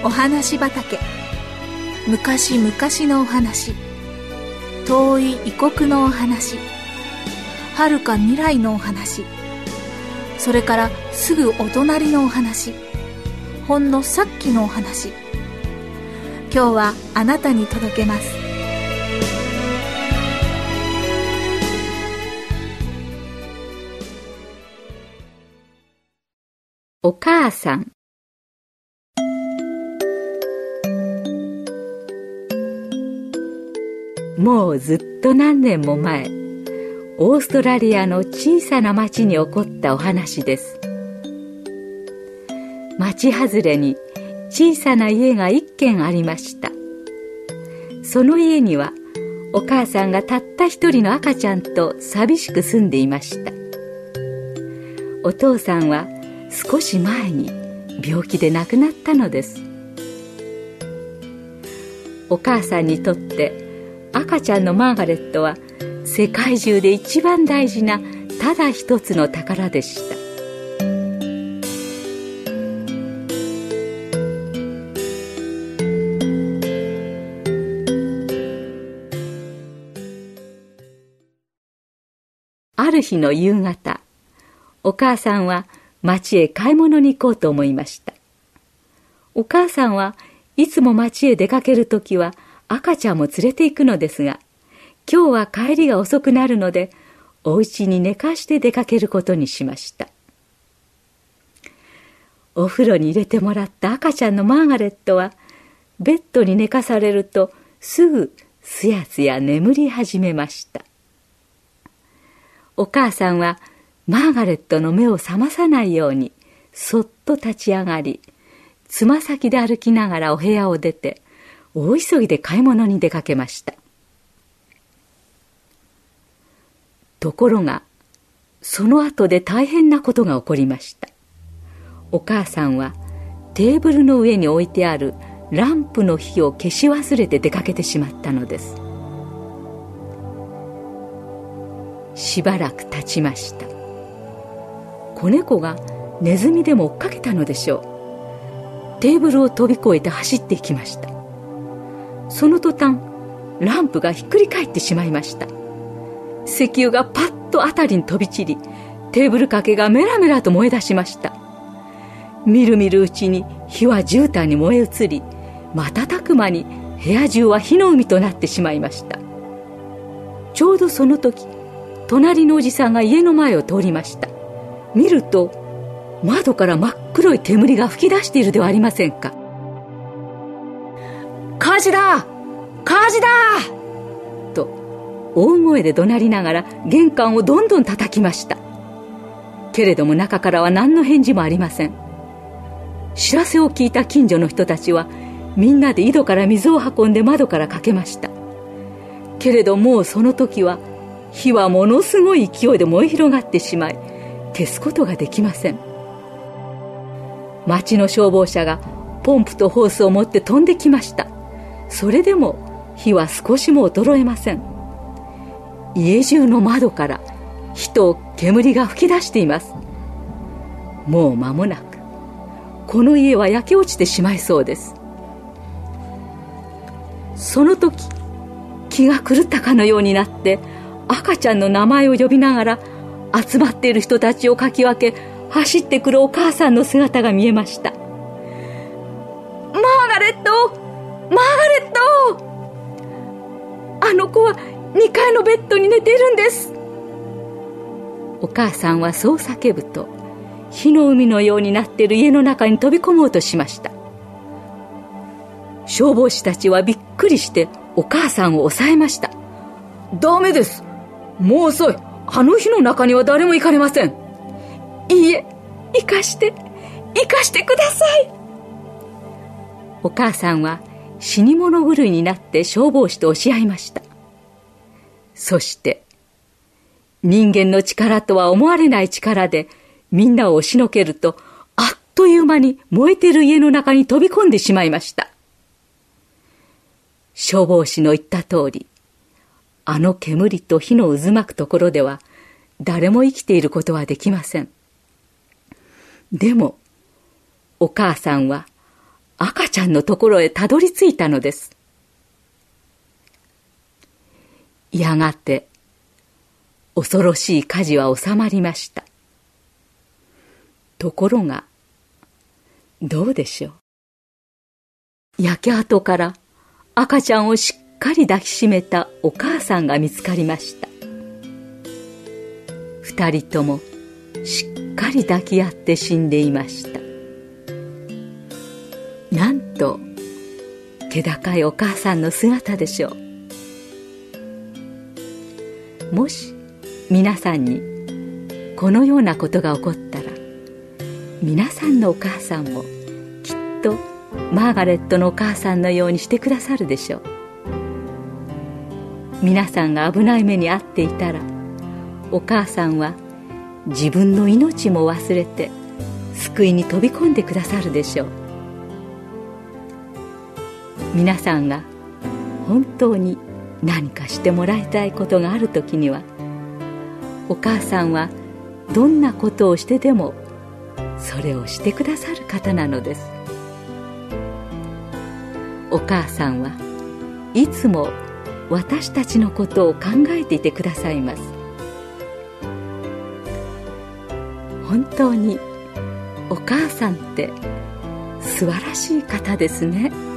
お話畑。昔々のお話、遠い異国のお話、遥か未来のお話、それからすぐお隣のお話、ほんのさっきのお話。今日はあなたに届けます。 お母さん。もうずっと何年も前、オーストラリアの小さな町に起こったお話です。町外れに小さな家が一軒ありました。その家にはお母さんがたった一人の赤ちゃんと寂しく住んでいました。お父さんは少し前に病気で亡くなったのです。お母さんにとって赤ちゃんのマーガレットは世界中で一番大事なただ一つの宝でした。ある日の夕方、お母さんは町へ買い物に行こうと思いました。お母さんはいつも町へ出かけるときは赤ちゃんも連れて行くのですが、今日は帰りが遅くなるので、お家に寝かして出かけることにしました。お風呂に入れてもらった赤ちゃんのマーガレットは、ベッドに寝かされると、すぐすやすや眠り始めました。お母さんは、マーガレットの目を覚まさないように、そっと立ち上がり、つま先で歩きながらお部屋を出て、大急ぎで買い物に出かけました。ところが、その後で大変なことが起こりました。お母さんはテーブルの上に置いてあるランプの火を消し忘れて出かけてしまったのです。しばらく経ちました。子猫がネズミでも追っかけたのでしょう。テーブルを飛び越えて走っていきました。その途端、ランプがひっくり返ってしまいました。石油がパッとあたりに飛び散り、テーブル掛けがメラメラと燃え出しました。みるみるうちに火は絨毯に燃え移り、瞬く間に部屋中は火の海となってしまいました。ちょうどその時、隣のおじさんが家の前を通りました。見ると、窓から真っ黒い煙が噴き出しているではありませんか。火事だ！火事だ！と大声で怒鳴りながら玄関をどんどん叩きました。けれども中からは何の返事もありません。知らせを聞いた近所の人たちはみんなで井戸から水を運んで窓からかけました。けれどもうその時は火はものすごい勢いで燃え広がってしまい、消すことができません。町の消防車がポンプとホースを持って飛んできました。それでも火は少しも衰えません。家中の窓から火と煙が噴き出しています。もう間もなくこの家は焼け落ちてしまいそうです。その時、気が狂ったかのようになって赤ちゃんの名前を呼びながら集まっている人たちをかき分け、走ってくるお母さんの姿が見えました。マーガレット！マーガレット！あの子は2階のベッドに寝ているんです。お母さんはそう叫ぶと、火の海のようになっている家の中に飛び込もうとしました。消防士たちはびっくりしてお母さんを抑えました。ダメです。もう遅い。あの火の中には誰も行かれません。いいえ、生かしてください。お母さんは死に物狂いになって消防士と押し合いました。そして人間の力とは思われない力でみんなを押しのけると、あっという間に燃えている家の中に飛び込んでしまいました。消防士の言った通り、あの煙と火の渦巻くところでは誰も生きていることはできません。でもお母さんは赤ちゃんのところへたどり着いたのです。やがて恐ろしい火事は収まりました。ところがどうでしょう。焼け跡から赤ちゃんをしっかり抱きしめたお母さんが見つかりました。二人ともしっかり抱き合って死んでいました。なんと気高いお母さんの姿でしょう。もし皆さんにこのようなことが起こったら、皆さんのお母さんもきっとマーガレットのお母さんのようにしてくださるでしょう。皆さんが危ない目に遭っていたら、お母さんは自分の命も忘れて救いに飛び込んでくださるでしょう。皆さんが本当に何かしてもらいたいことがあるときには、お母さんはどんなことをしてでもそれをしてくださる方なのです。お母さんはいつも私たちのことを考えていてくださいます。本当にお母さんって素晴らしい方ですね。